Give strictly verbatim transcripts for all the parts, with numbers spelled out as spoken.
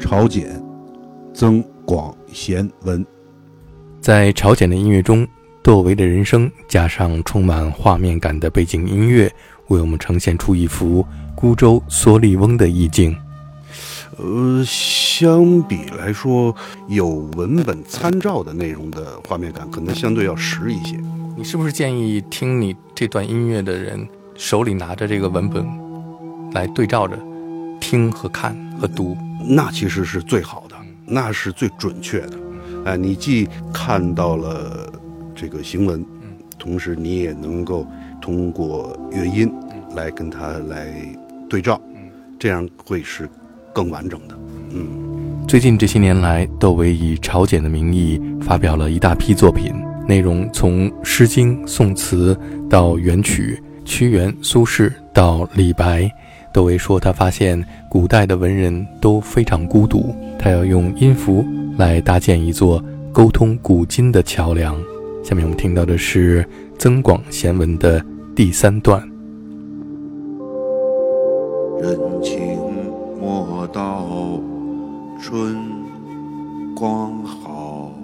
朝简、增广贤文。 在朝简的音乐中，窦唯的人声加上充满画面感的背景音乐，为我们呈现出一幅孤舟蓑笠翁的意境。 呃，相比来说，有文本参照的内容的画面感可能相对要实一些。 你是不是建议听你这段音乐的人手里拿着这个文本来对照着听和看和读？ 那其实是最好的，那是最准确的。哎，你既看到了这个行文，同时你也能够通过乐音来跟它来对照，这样会是更完整的。嗯， 最近这些年来，窦唯以朝简的名义发表了一大批作品，内容从《诗经》宋词到元曲，屈原、苏轼到李白。窦唯说，他发现古代的文人都非常孤独，他要用音符来搭建一座沟通古今的桥梁。下面我们听到的是增广贤文的第三段。 人情莫道春光好，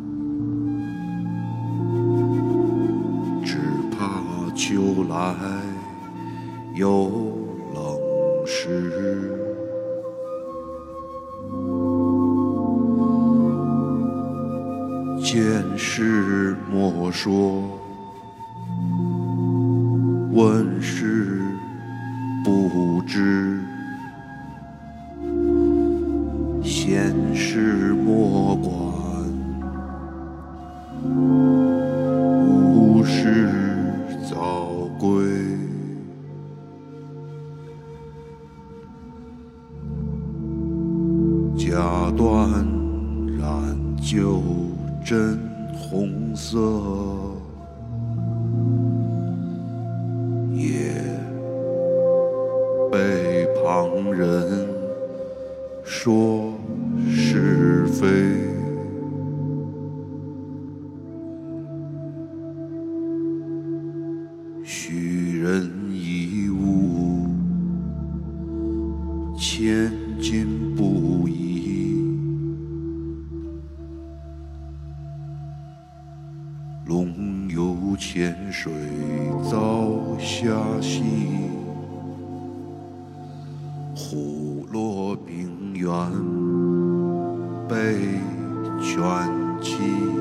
只怕秋来又冷时。见事莫说，问事不知，闲事莫管，无事早归。家断染旧真红色，也被旁人说是非。许人一物，千金不移。龙游浅水遭虾戏，虎落平原被犬欺。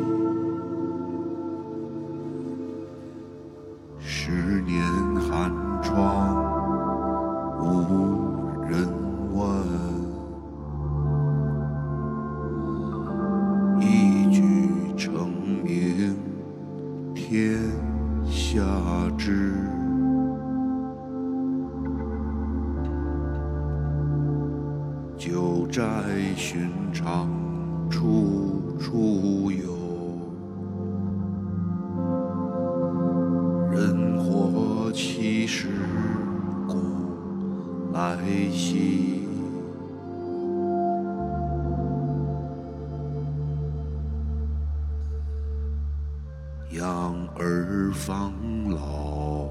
十年寒窗无人问，一举成名天下知。九寨寻常处处有，人活七十古来稀。养儿防老，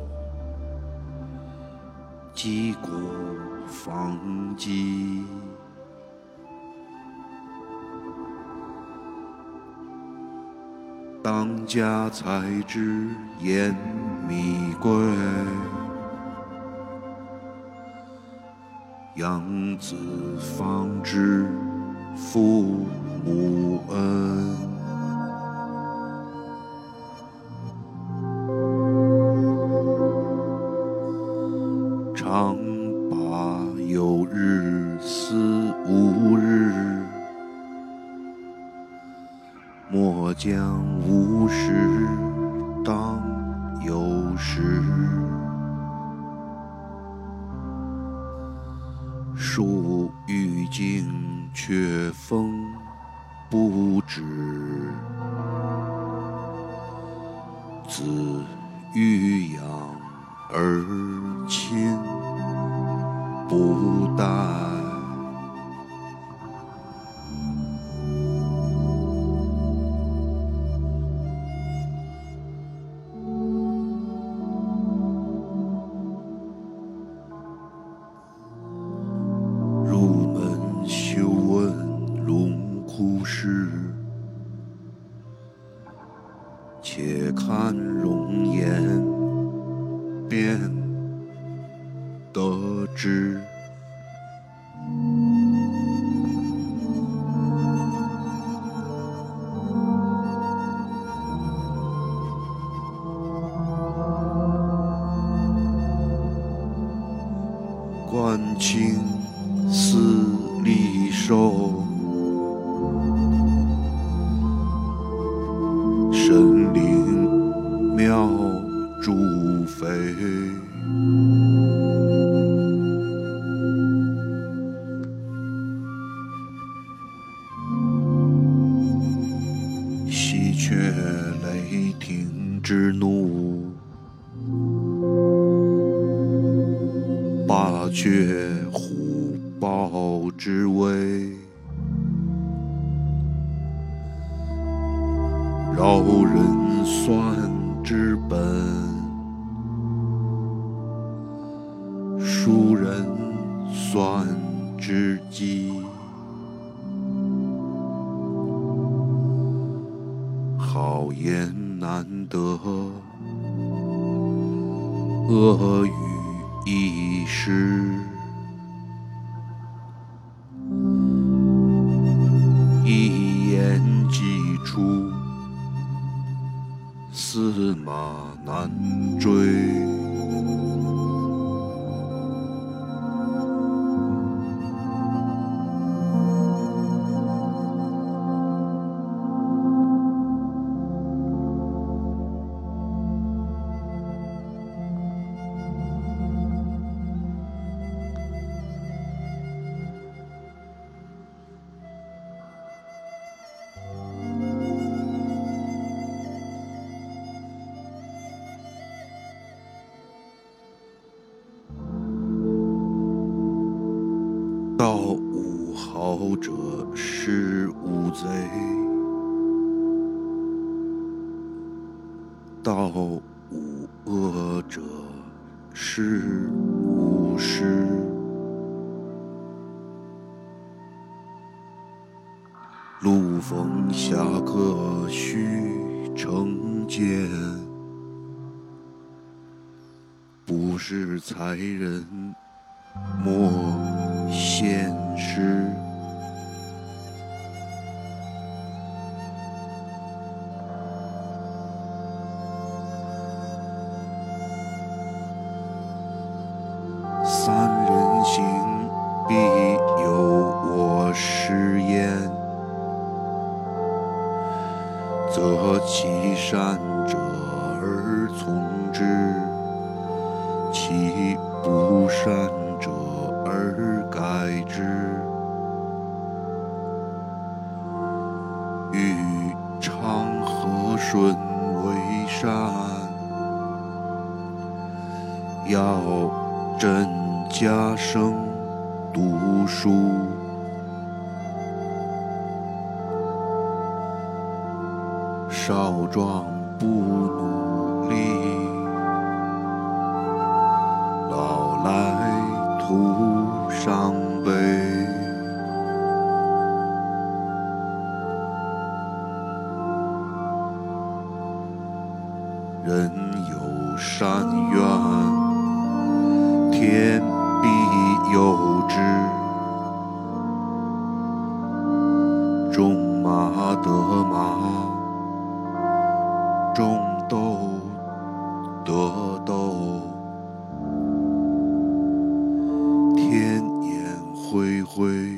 击鼓防饥。当家才知盐米贵，养子方知父母恩。常把有日思无日，莫将无事当有事。树欲静却风不止，子欲养而亲不待。入门修问， 看容颜，便得知观情似离兽，神灵妙诸非，喜鹊雷霆之怒，鸦雀虎豹之威，饶人算之本，庶人算之基。好言难得，恶语易失，一言既出，驷马难追。道无好者是无贼，道无恶者是无师。陆逢侠客须成剑，不是才人莫现实。三人行，必有我师焉，择其善者而从之，其不善者而改之。欲昌和顺为善，要振家生读书。少壮不努力，老来徒伤悲。人有善愿，天必佑之。种马得马，种豆得豆。天眼恢恢，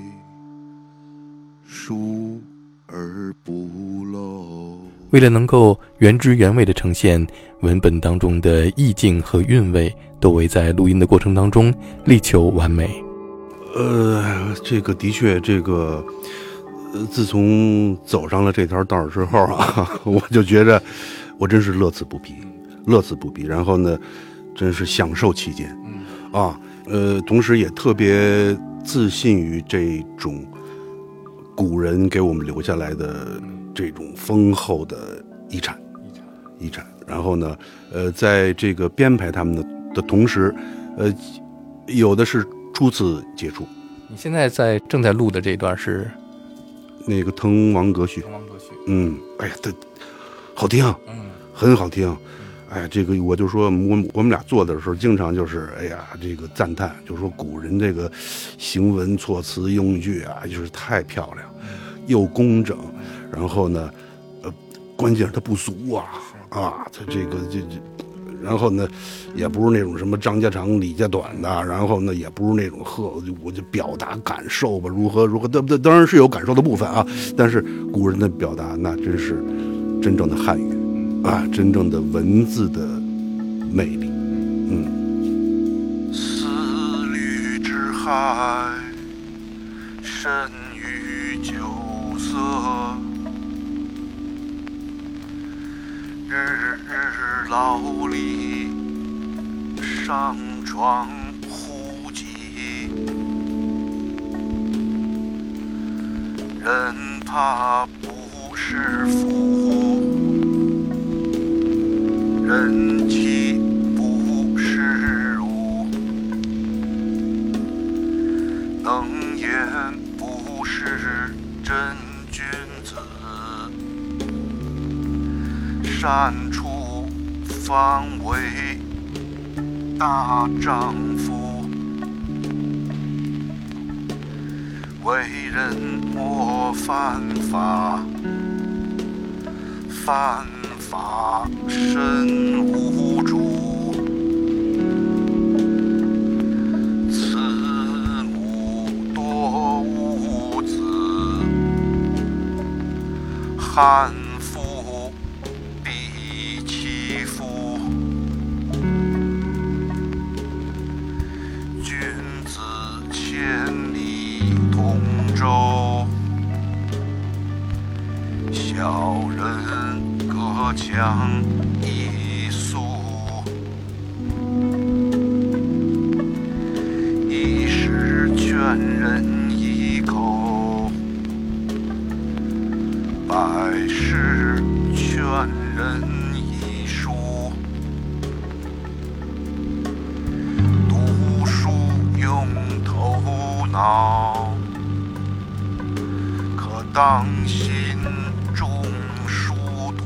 疏而不漏。 为了能够原汁原味地呈现文本当中的意境和韵味，窦唯在录音的过程当中力求完美。 呃，这个的确，这个呃，自从走上了这条道之后啊，我就觉着我真是乐此不疲，乐此不疲。然后呢，真是享受其间，啊，呃，同时也特别自信于这种古人给我们留下来的这种丰厚的遗产，遗产。然后呢，呃，在这个编排他们的的同时，呃，有的是初次接触。 你现在在正在录的这一段是那个《滕王阁序》。 滕王阁序。 嗯，哎呀，这好听， 嗯， 很好听。哎，这个我就说我们我们俩做的时候，经常就是哎呀，这个赞叹，就说古人这个行文措辞用句啊，就是太漂亮，又工整，然后呢，呃，关键是它不俗啊啊，它这个这这。然后呢，也不是那种什么张家长李家短的，然后呢，也不是那种呵，我就表达感受吧，如何如何，当当然是有感受的部分啊，但是古人的表达那真是真正的汉语啊，真正的文字的魅力。嗯， 思虑之海，深于酒色。日日劳力，上床呼吸。人怕不是福，人妻不是儒，能言不是真君子。善处方为大丈夫，为人莫犯法，犯法身无主。慈母多无子，汉小人各强一粟，一时劝人一口，百事劝人一书。读书用头脑，可当心中书读。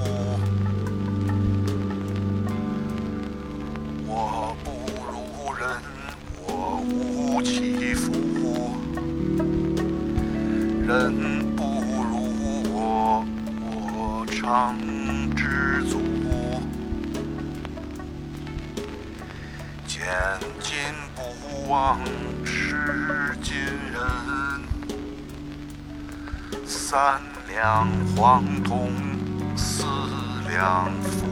我不如人，我无其父；人不如我，我常知足。见今不忘是今人，三两黄铜四两符。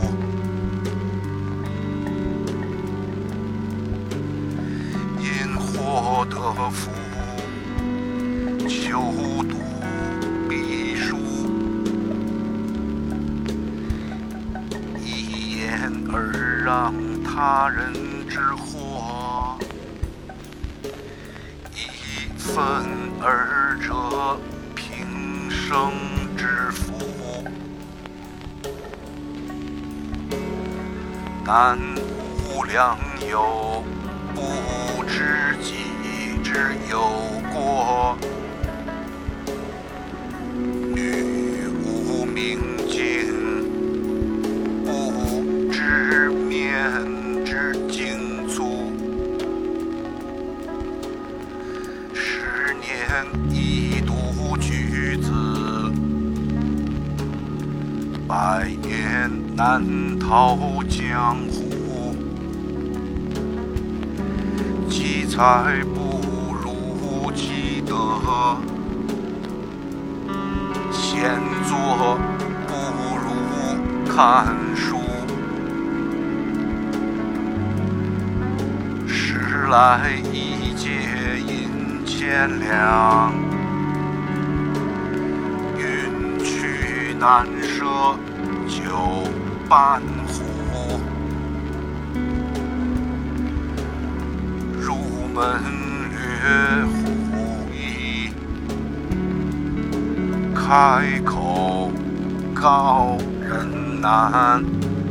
因祸得福，求读必书。一言而让他人之祸，一愤而折平生之福。男无良友，不知己之有过；女无明镜，不知面之精粗。十年一读句子，百年难逃江湖。积财不如积德，闲坐不如看书。时来一介银千两，运去难舍九半壶。入门略狐疑，开口告人难。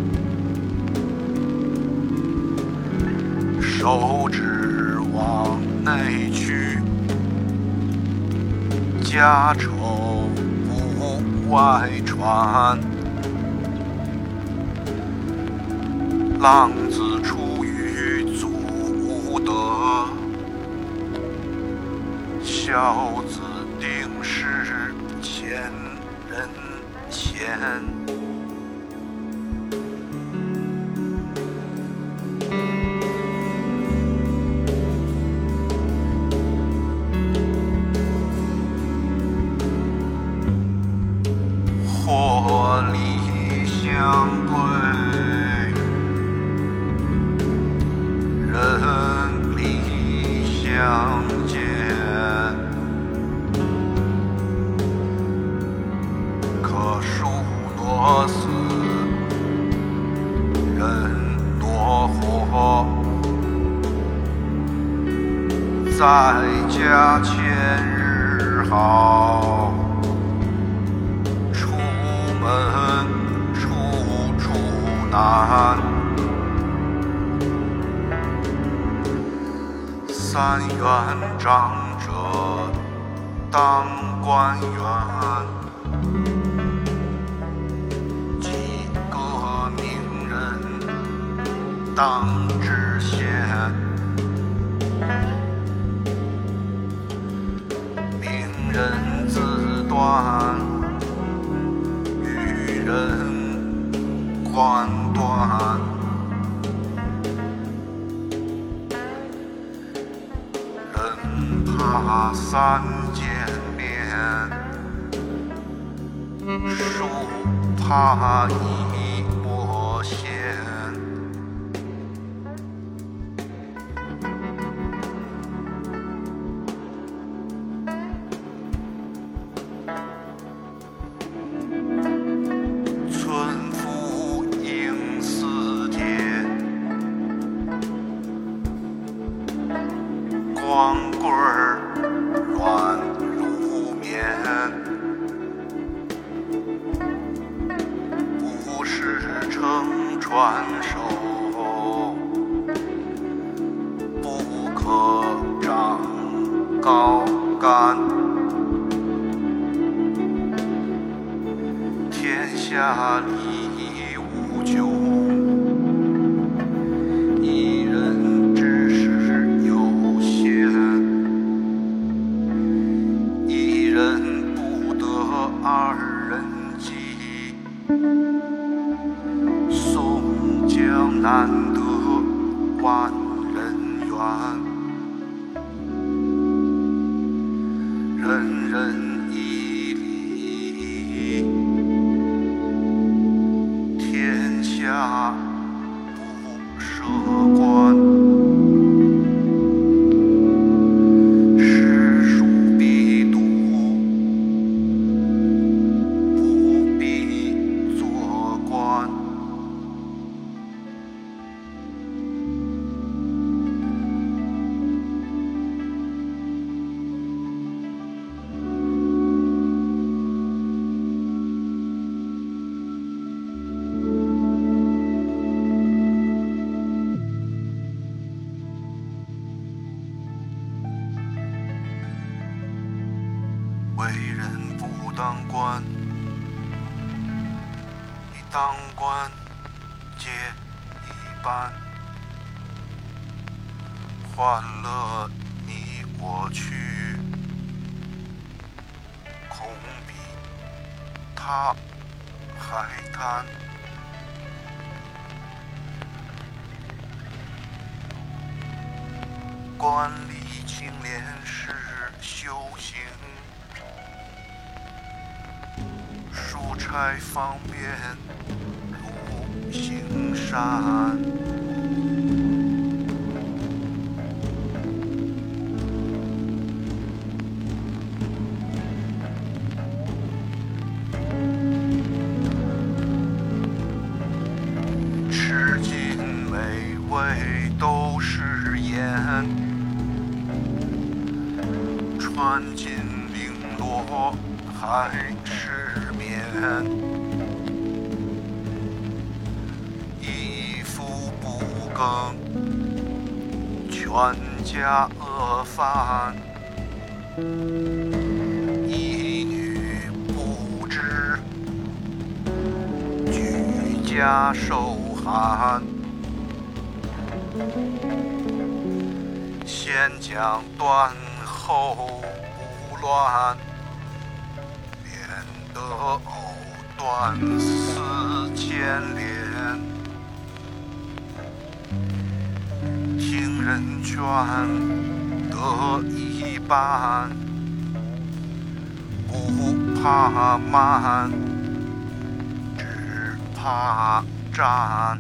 手指往内去，家丑不外传。 浪子出于祖德，孝子定是前人贤。或离相对，人离相见，可恕多死，人多活。在家千日好，出门处处难。三元长者当官员，几个名人当知县。名人自断，愚人官断。人怕三见面，树怕一抹线。村夫应似铁，光棍儿软如棉。不是乘船手，不可长高干。天下理无穷，一人之事有限，一人不得二人及。宋江难得万人缘，人人以礼，天下不设官。诗书必读，不必做官。为人不当官，你当官皆一般。欢乐你我去，恐比他还贪。官吏清廉是修行，出差方便如行善。吃尽美味都是盐，穿尽绫罗还是棉。一夫不耕，全家饿饭；一女不织，举家受寒。 先将断后不乱，免得藕断丝牵连。听人劝得一半，不怕慢，只怕战。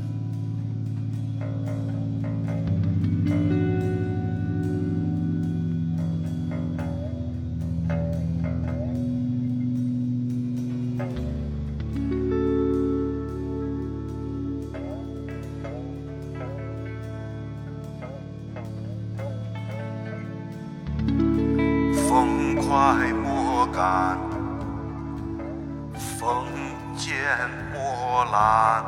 风快莫赶，风渐莫拦，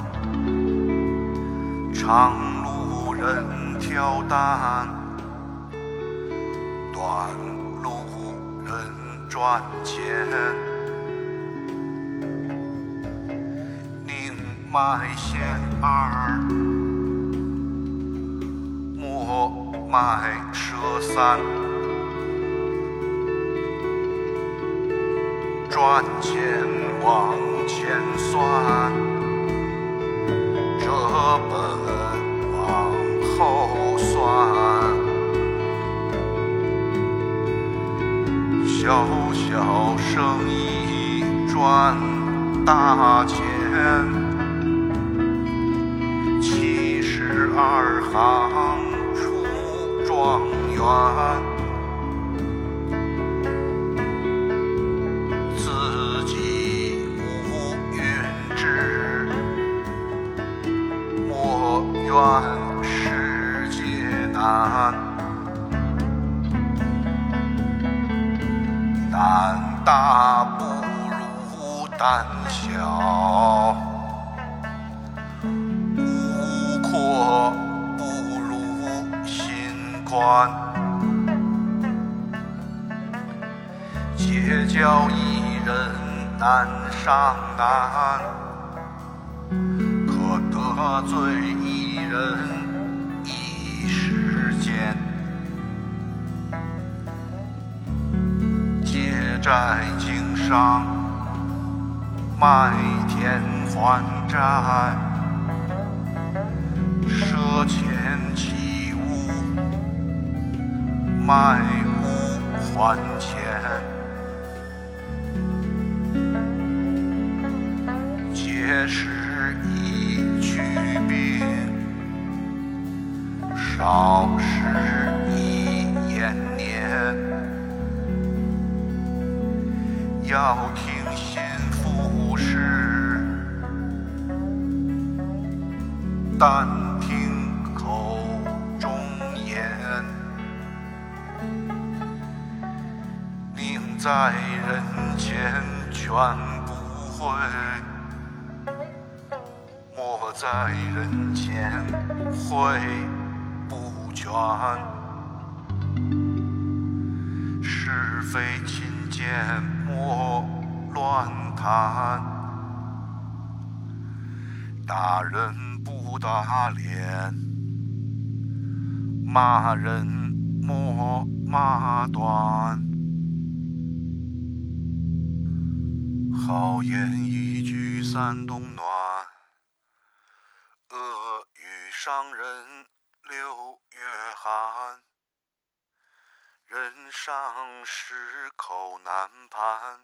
长路人挑担，短路人赚钱。宁卖线二，莫卖蛇三。赚钱往前算，这本往后算。小小生意赚大钱，七十二行出状元。愿世界难，胆大不如胆小，无阔不如心宽。结交一人难上难，可得罪一人一时间。借债经商，卖田还债，赊钱起屋，卖屋还钱。皆是一曲病，少时一延年。要听心腹事，但听口中言。宁在人间全不会，莫在人间会不全。是非亲见莫乱谈，打人不打脸，骂人莫骂短。好言一句三冬暖，恶语伤人六月寒。人上十口难盘，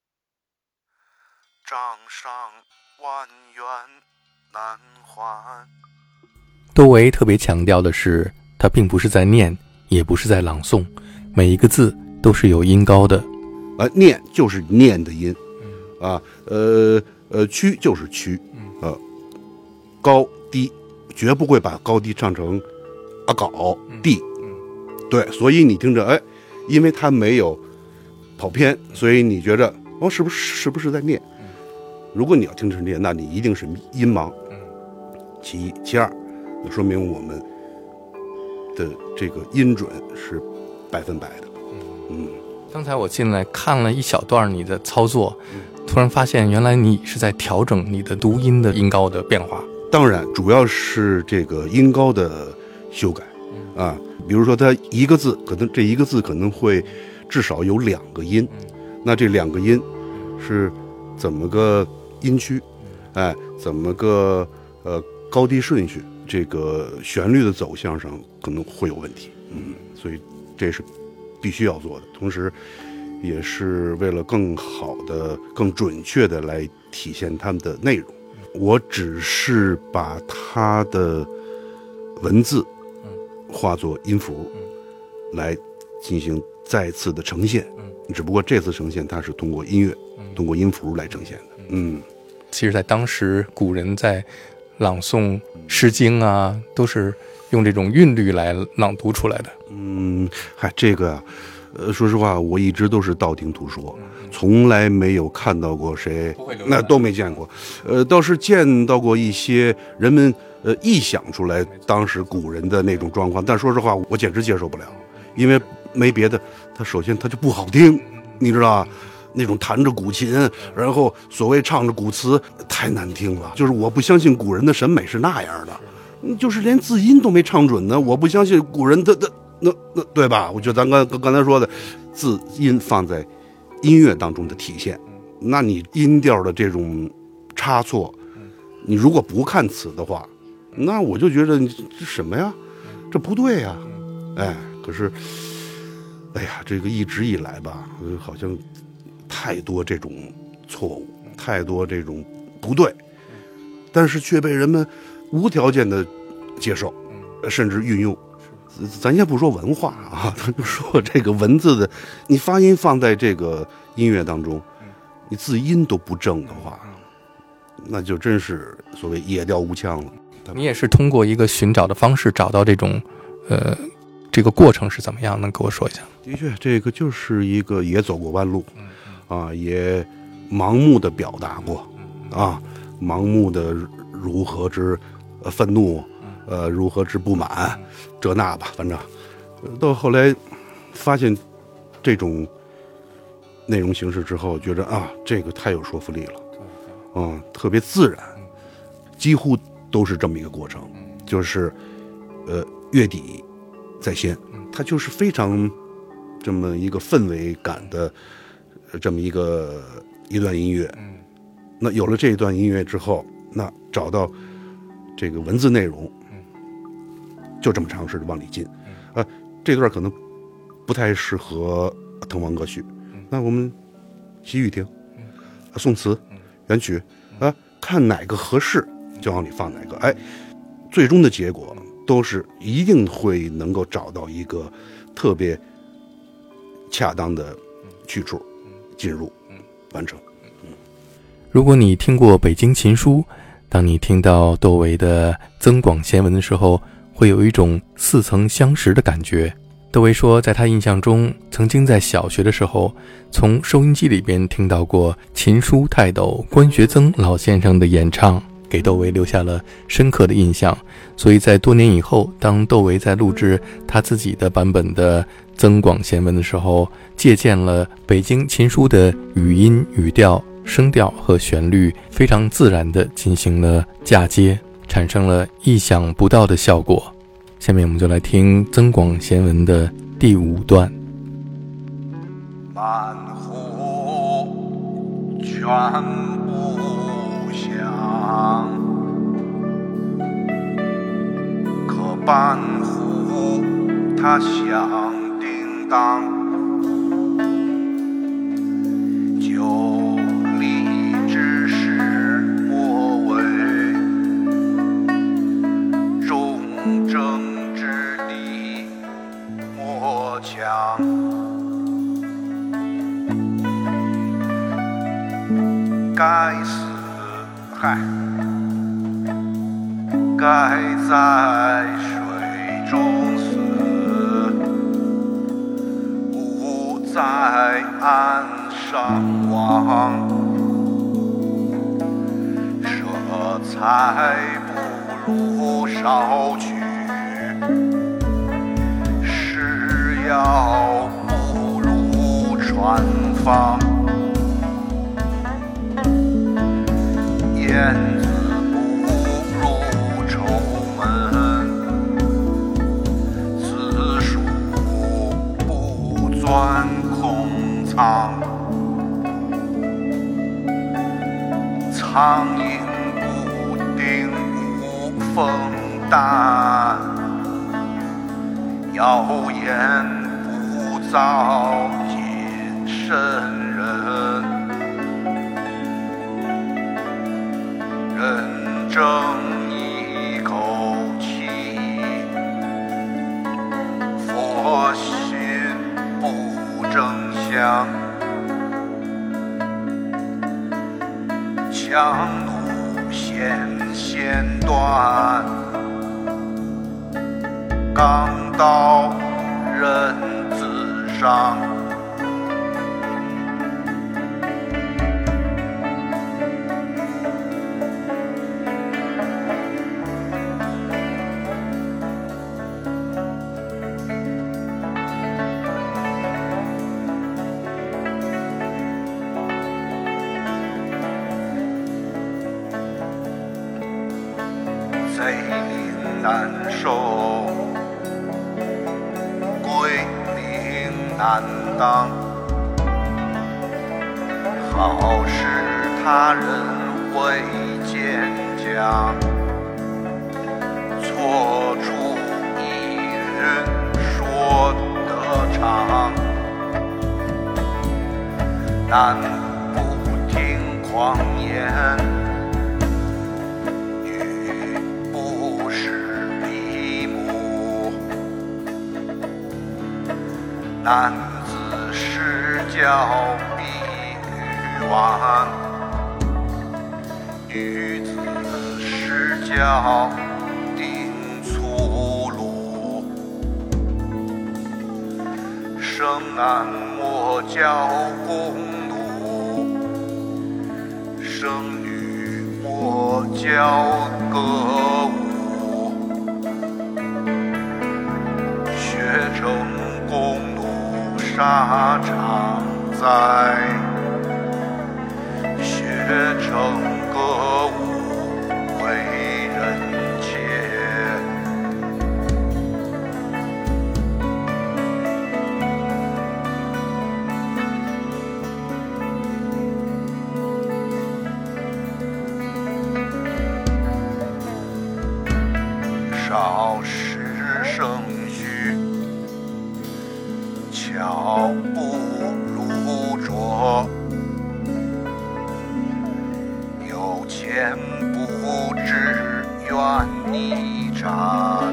账上万元难还。 窦唯特别强调的是，他并不是在念，也不是在朗诵，每一个字都是有音高的。 啊，念就是念的音，啊，呃呃，曲就是曲，呃，高低绝不会把高低唱成啊高低。对，所以你听着，哎，因为它没有跑偏，所以你觉着哦，是不是是不是在念？如果你要听成念，那你一定是音盲。其一，其二，那说明我们的这个音准是百分百的。嗯， 刚才我进来看了一小段你的操作，突然发现原来你是在调整你的读音的音高的变化。 当然，主要是这个音高的修改啊。比如说它一个字，可能这一个字可能会至少有两个音，那这两个音是怎么个音区，哎，怎么个呃高低顺序，这个旋律的走向上可能会有问题，嗯，所以这是必须要做的，同时也是为了更好的、更准确的来体现它们的内容。我只是把它的文字化作音符来进行再次的呈现，只不过这次呈现它是通过音乐、通过音符来呈现的。嗯， 其实在当时古人在朗诵诗经啊，都是用这种韵律来朗读出来的。 嗯，嗨，这个啊，呃，说实话，我一直都是道听途说，从来没有看到过谁，那都没见过。呃，倒是见到过一些人们呃臆想出来当时古人的那种状况，但说实话，我简直接受不了，因为没别的，它首先它就不好听，你知道吧？那种弹着古琴，然后所谓唱着古词，太难听了。就是我不相信古人的审美是那样的，就是连字音都没唱准呢。我不相信古人的的那那对吧？我觉得咱刚刚才说的，字音放在音乐当中的体现，那你音调的这种差错，你如果不看词的话，那我就觉得这什么呀，这不对呀，哎，可是，哎呀，这个一直以来吧，好像太多这种错误，太多这种不对，但是却被人们无条件的接受，甚至运用。咱先不说文化啊，咱就说这个文字的，你发音放在这个音乐当中，你字音都不正的话，那就真是所谓野调无腔了。 你也是通过一个寻找的方式找到这种，呃，这个过程是怎么样？能给我说一下？ 的确，这个就是一个也走过弯路，啊，也盲目的表达过，啊，盲目的如何之呃愤怒，呃，如何之不满，这那吧，反正到后来发现这种内容形式之后，觉得啊，这个太有说服力了，嗯，特别自然，几乎都是这么一个过程，就是呃乐底在先，它就是非常这么一个氛围感的这么一个一段音乐。那有了这一段音乐之后，那找到这个文字内容，就这么尝试着往里进。啊，这段可能不太适合滕王阁序，那我们西域听，宋词、元曲，啊，看哪个合适就往里放哪个。哎，最终的结果都是一定会能够找到一个特别恰当的去处，进入完成。 如果你听过《北京琴书》，当你听到窦唯的《增广贤文》的时候，会有一种似曾相识的感觉。窦唯说，在他印象中，曾经在小学的时候，从收音机里边听到过琴书泰斗关学增老先生的演唱，给窦唯留下了深刻的印象。所以在多年以后，当窦唯在录制他自己的版本的《增广贤文》的时候，借鉴了北京琴书的语音、语调、声调和旋律，非常自然地进行了嫁接，产生了意想不到的效果。下面我们就来听《增广贤文》的第五段。 满湖全不响，可半壶它响叮当，就立之时莫为，忠正之地莫强。该死，嗨，该在水中死，勿在岸上亡。舍财不如少取，是药不如传芳。燕子不入丑门， 钻空藏，苍蝇不叮无风淡，谣言不造隐身人，人争一口气，佛心不争相，强弩先先断，钢刀人自伤。贼灵难收，鬼灵难当，好使他人为奸将，错出一人说得长，难不听狂言，男子失教必欲亡，女子失教定粗鲁。生男莫教弓弩，生女莫教歌舞。学成弓沙场在，学成歌舞为人切。少时生须，巧不如拙，有钱不知冤逆斩，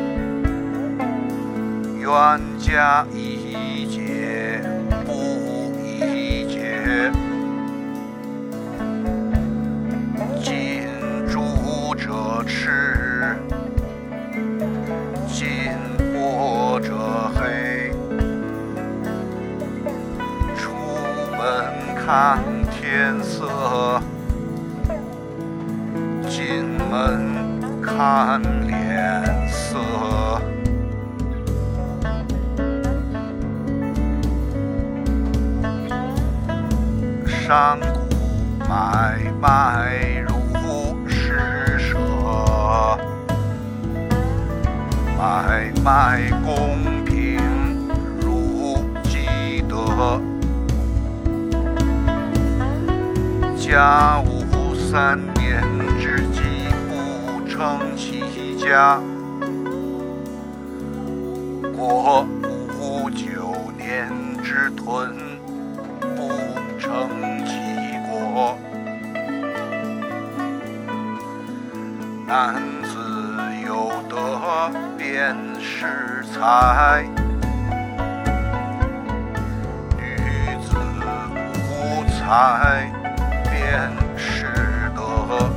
冤家宜解不宜结，近朱者赤，近墨者黑。看天色，进门看脸色。山谷买卖如施舍，买卖公平如积德。家务三年之计不成其家，国务九年之屯不成其国。男子有德便是才，女子无才便是德。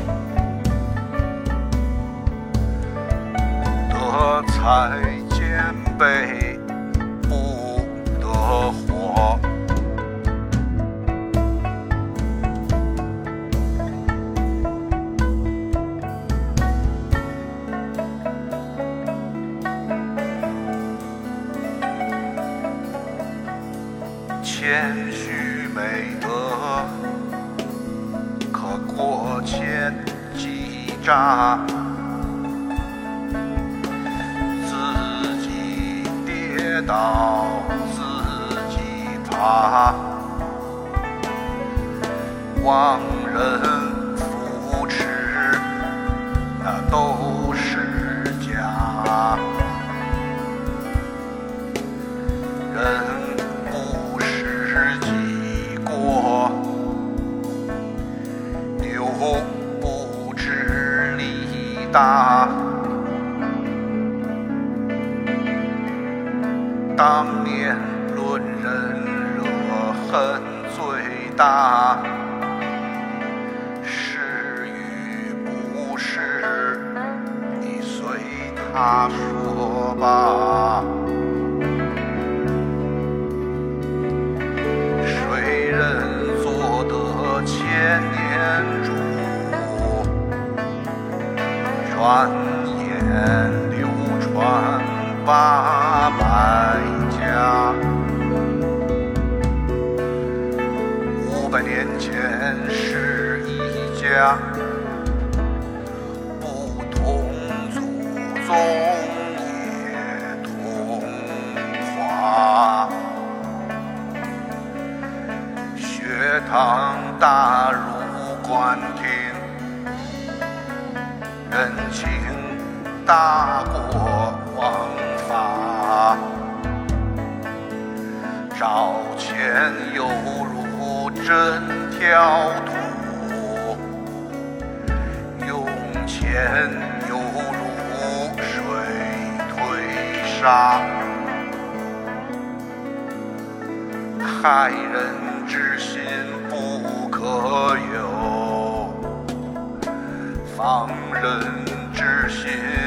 德才兼备不得活。谦虚美德，可过谦欺诈。自己跌倒，自己忘人扶持，那都是假。人不识己过，牛不知力大。当面论人惹恨最大，是与不是，你随他说吧。谁人做得千年主，转眼流传八百家。五百年前是一家，不同祖宗也同化。学堂大儒官听，人情大过王法。找钱犹如针挑土，用钱犹如水推沙。害人之心不可有，防人之心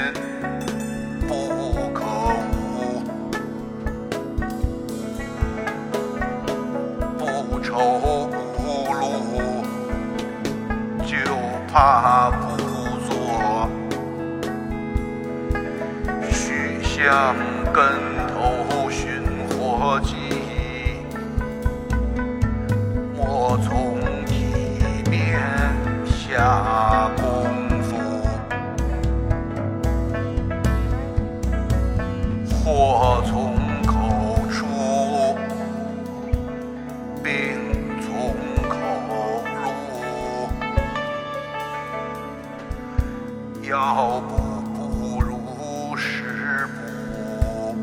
不可无。不愁无路，就怕不做。须向跟头寻活计，莫从体面下功夫。祸从口出，病从口入。药不不如食补，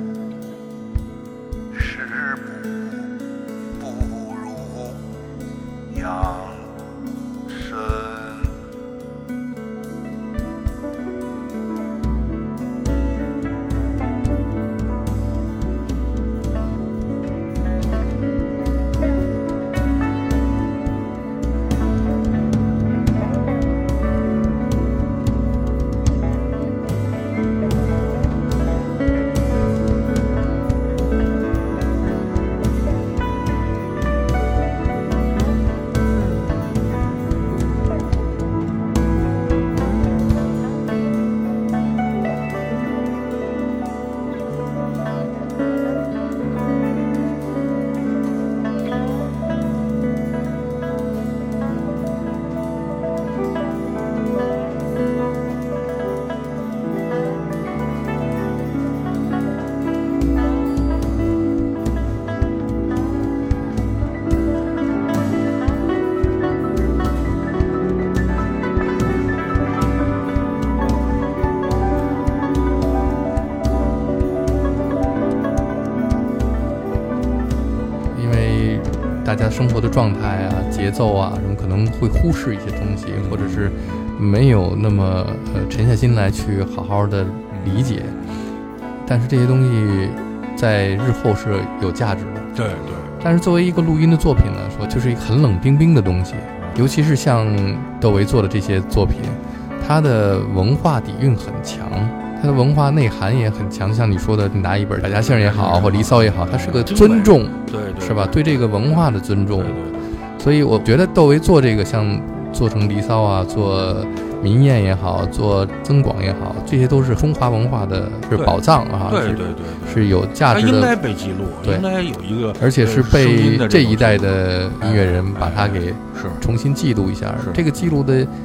食补不如养生。 大家生活的状态啊、节奏啊什么，可能会忽视一些东西，或者是没有那么呃沉下心来去好好的理解。但是这些东西在日后是有价值的。 对对。 但是作为一个录音的作品来说，就是一个很冷冰冰的东西，尤其是像窦唯做的这些作品，它的文化底蕴很强。它的文化内涵也很强，像你说的，你拿一本百家姓也好，或离骚也好，它是个尊重， 对对， 是吧？对这个文化的尊重。 对对。 所以我觉得窦唯做这个，像做成离骚啊，做民宴也好，做增广也好，这些都是中华文化的是宝藏啊， 对对对对， 是有价值的， 它应该被记录， 对， 应该有一个， 而且是被这一代的音乐人把它给是重新记录一下。这个记录的，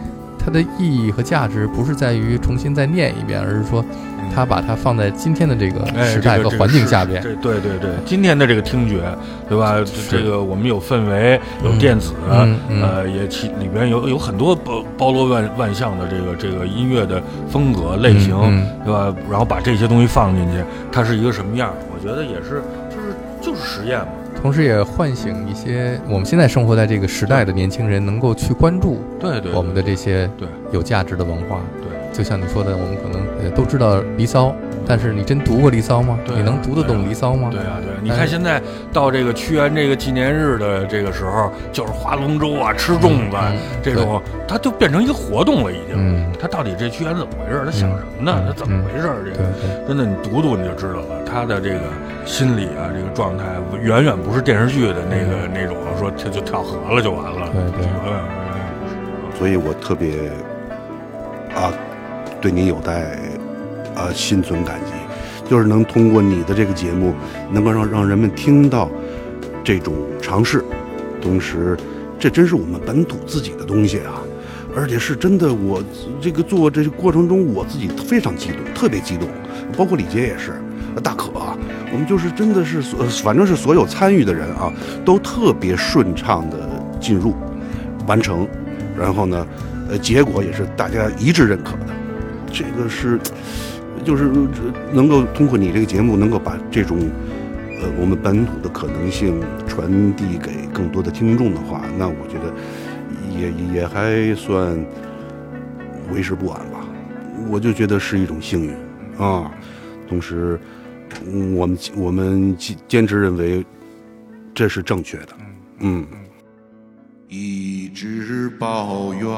它的意义和价值不是在于重新再念一遍，而是说他把它放在今天的这个时代和环境下边。 哎这个、对对对，今天的这个听觉，对吧？这个我们有氛围，有电子， 嗯嗯、 呃，也其里边有有很多包包罗万万象的这个这个音乐的风格类型， 嗯嗯、 对吧？然后把这些东西放进去，它是一个什么样？我觉得也是，就是就是实验嘛。 同时也唤醒一些我们现在生活在这个时代的年轻人，能够去关注对对我们的这些对有价值的文化。 对， 就像你说的，我们可能呃都知道《离骚》，但是你真读过《离骚》吗？ 对、啊， 你能读得懂《离骚》吗？ 对啊，对啊。你看现在到这个屈原这个纪念日的这个时候，就是划龙舟啊、吃粽子、嗯嗯、这种，它就变成一个活动了，已经。嗯。它到底这屈原怎么回事？他想什么呢？他、嗯、怎么回事？这个真的，你读读你就知道了。他的这个心理啊，这个状态远远不是电视剧的那个、嗯、那种说他就跳河了就完了。 对对。 所以我特别啊，对你有待啊心存感激，就是能通过你的这个节目，能够让让人们听到这种尝试，同时这真是我们本土自己的东西啊，而且是真的。我这个做这个过程中，我自己非常激动，特别激动，包括李杰也是，大可啊，我们就是真的是，反正是所有参与的人啊，都特别顺畅的进入完成，然后呢，呃，结果也是大家一致认可的。这个是，就是能够通过你这个节目，能够把这种，呃，我们本土的可能性传递给更多的听众的话，那我觉得也也还算为时不晚吧。我就觉得是一种幸运啊。同时，我们我们坚持认为这是正确的。嗯。 一直报怨，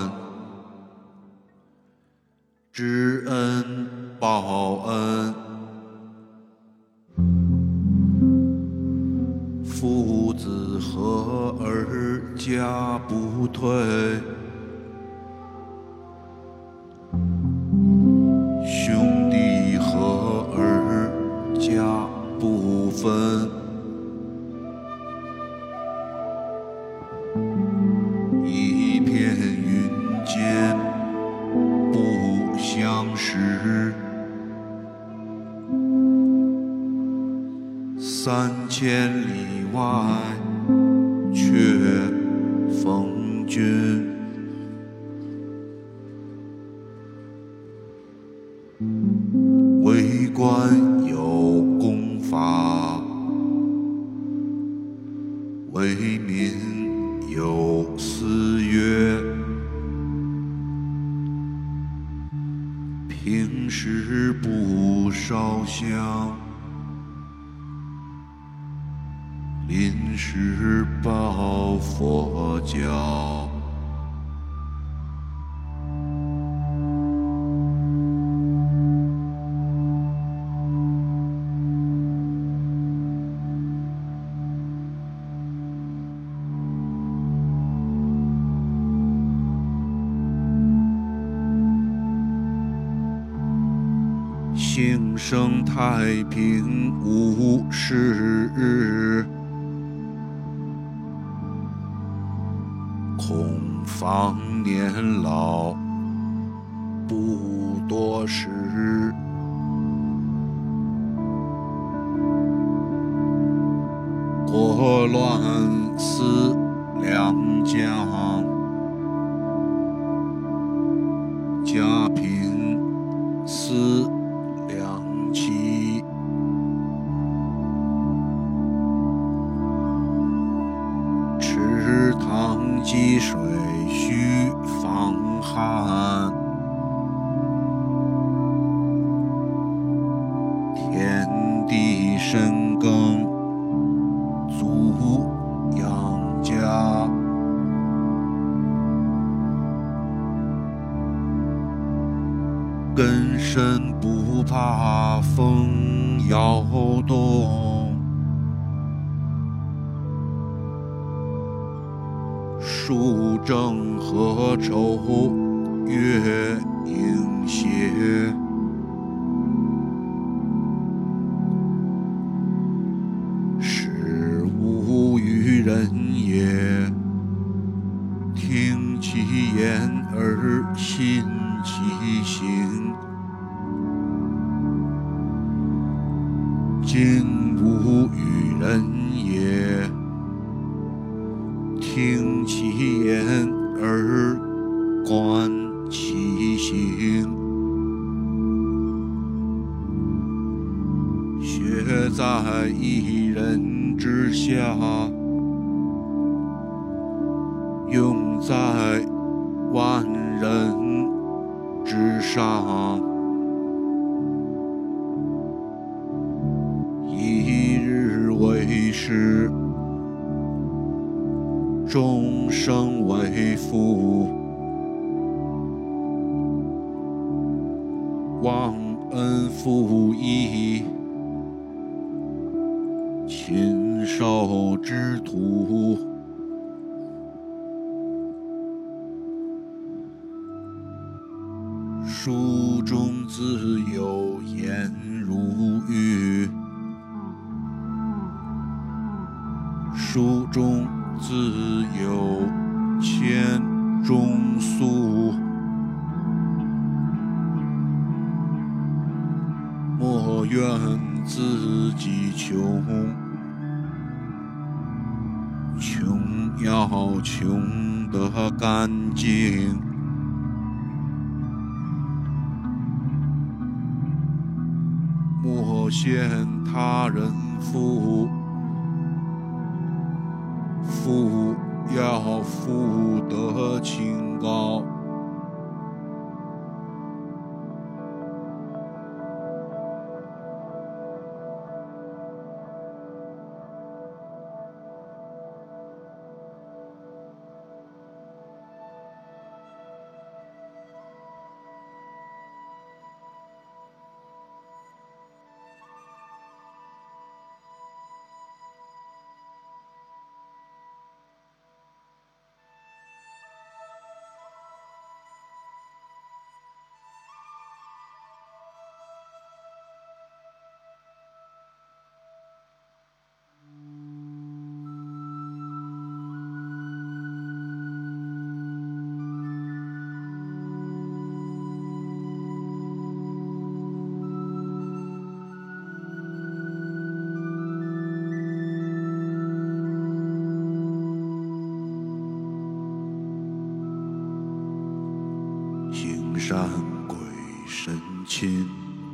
知恩报恩，父子和儿家不退，兄弟和儿家不分，一片云间不相识，三千里外却逢君。为官有功法，为民有私约，平时不烧香，临时抱佛脚。兴盛太平无事，恐防年老不多时。国乱思良将，家贫思良妻。池塘积水须防旱，天地深耕足养家。根深不怕风摇动，树正何愁月影斜。事无与人也，听其言而信其行，今无与人也，听其言而观其行，学在一人之下，用在万人之上。一日为师，终生为父，忘恩负义，禽兽之徒。书中自有颜如玉，书中自有千钟粟，莫怨自己穷，穷要穷得干净。莫羡他人富，富要富得清高。行善鬼神亲，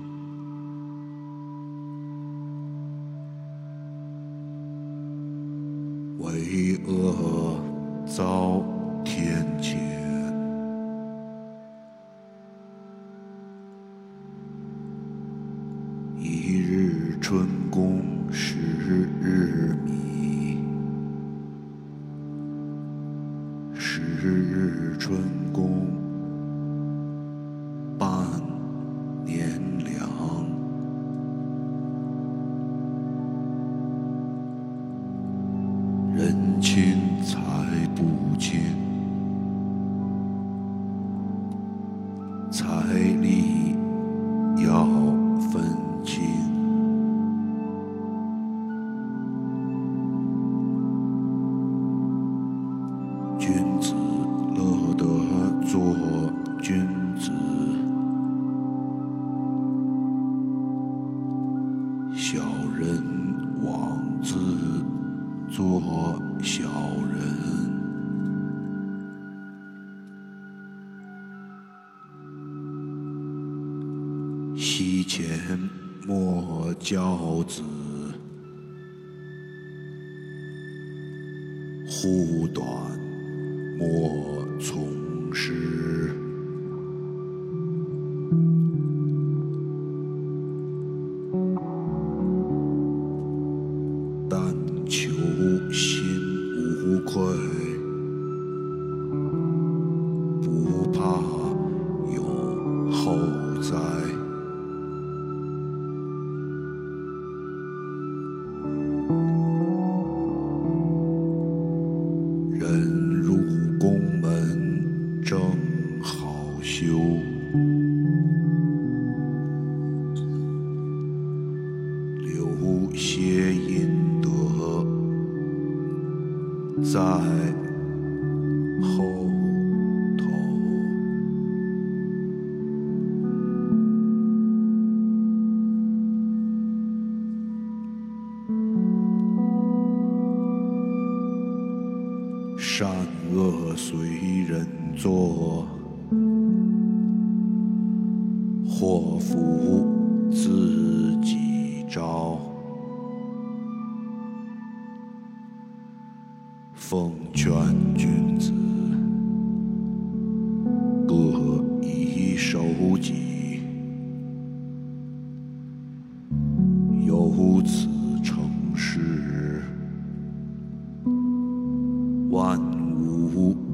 为恶遭天谴。一日春宫十日米，十日春宫半年粮。人亲财不亲，财力要分清。君子乐得做君子，小人妄自做小人。膝前莫教子，护短莫从师。但求心无愧，不怕有后灾。人入宫门正好修，留些阴德在后头。 善恶随人作，祸福自己招。奉劝君子各以守己，由此成事，万物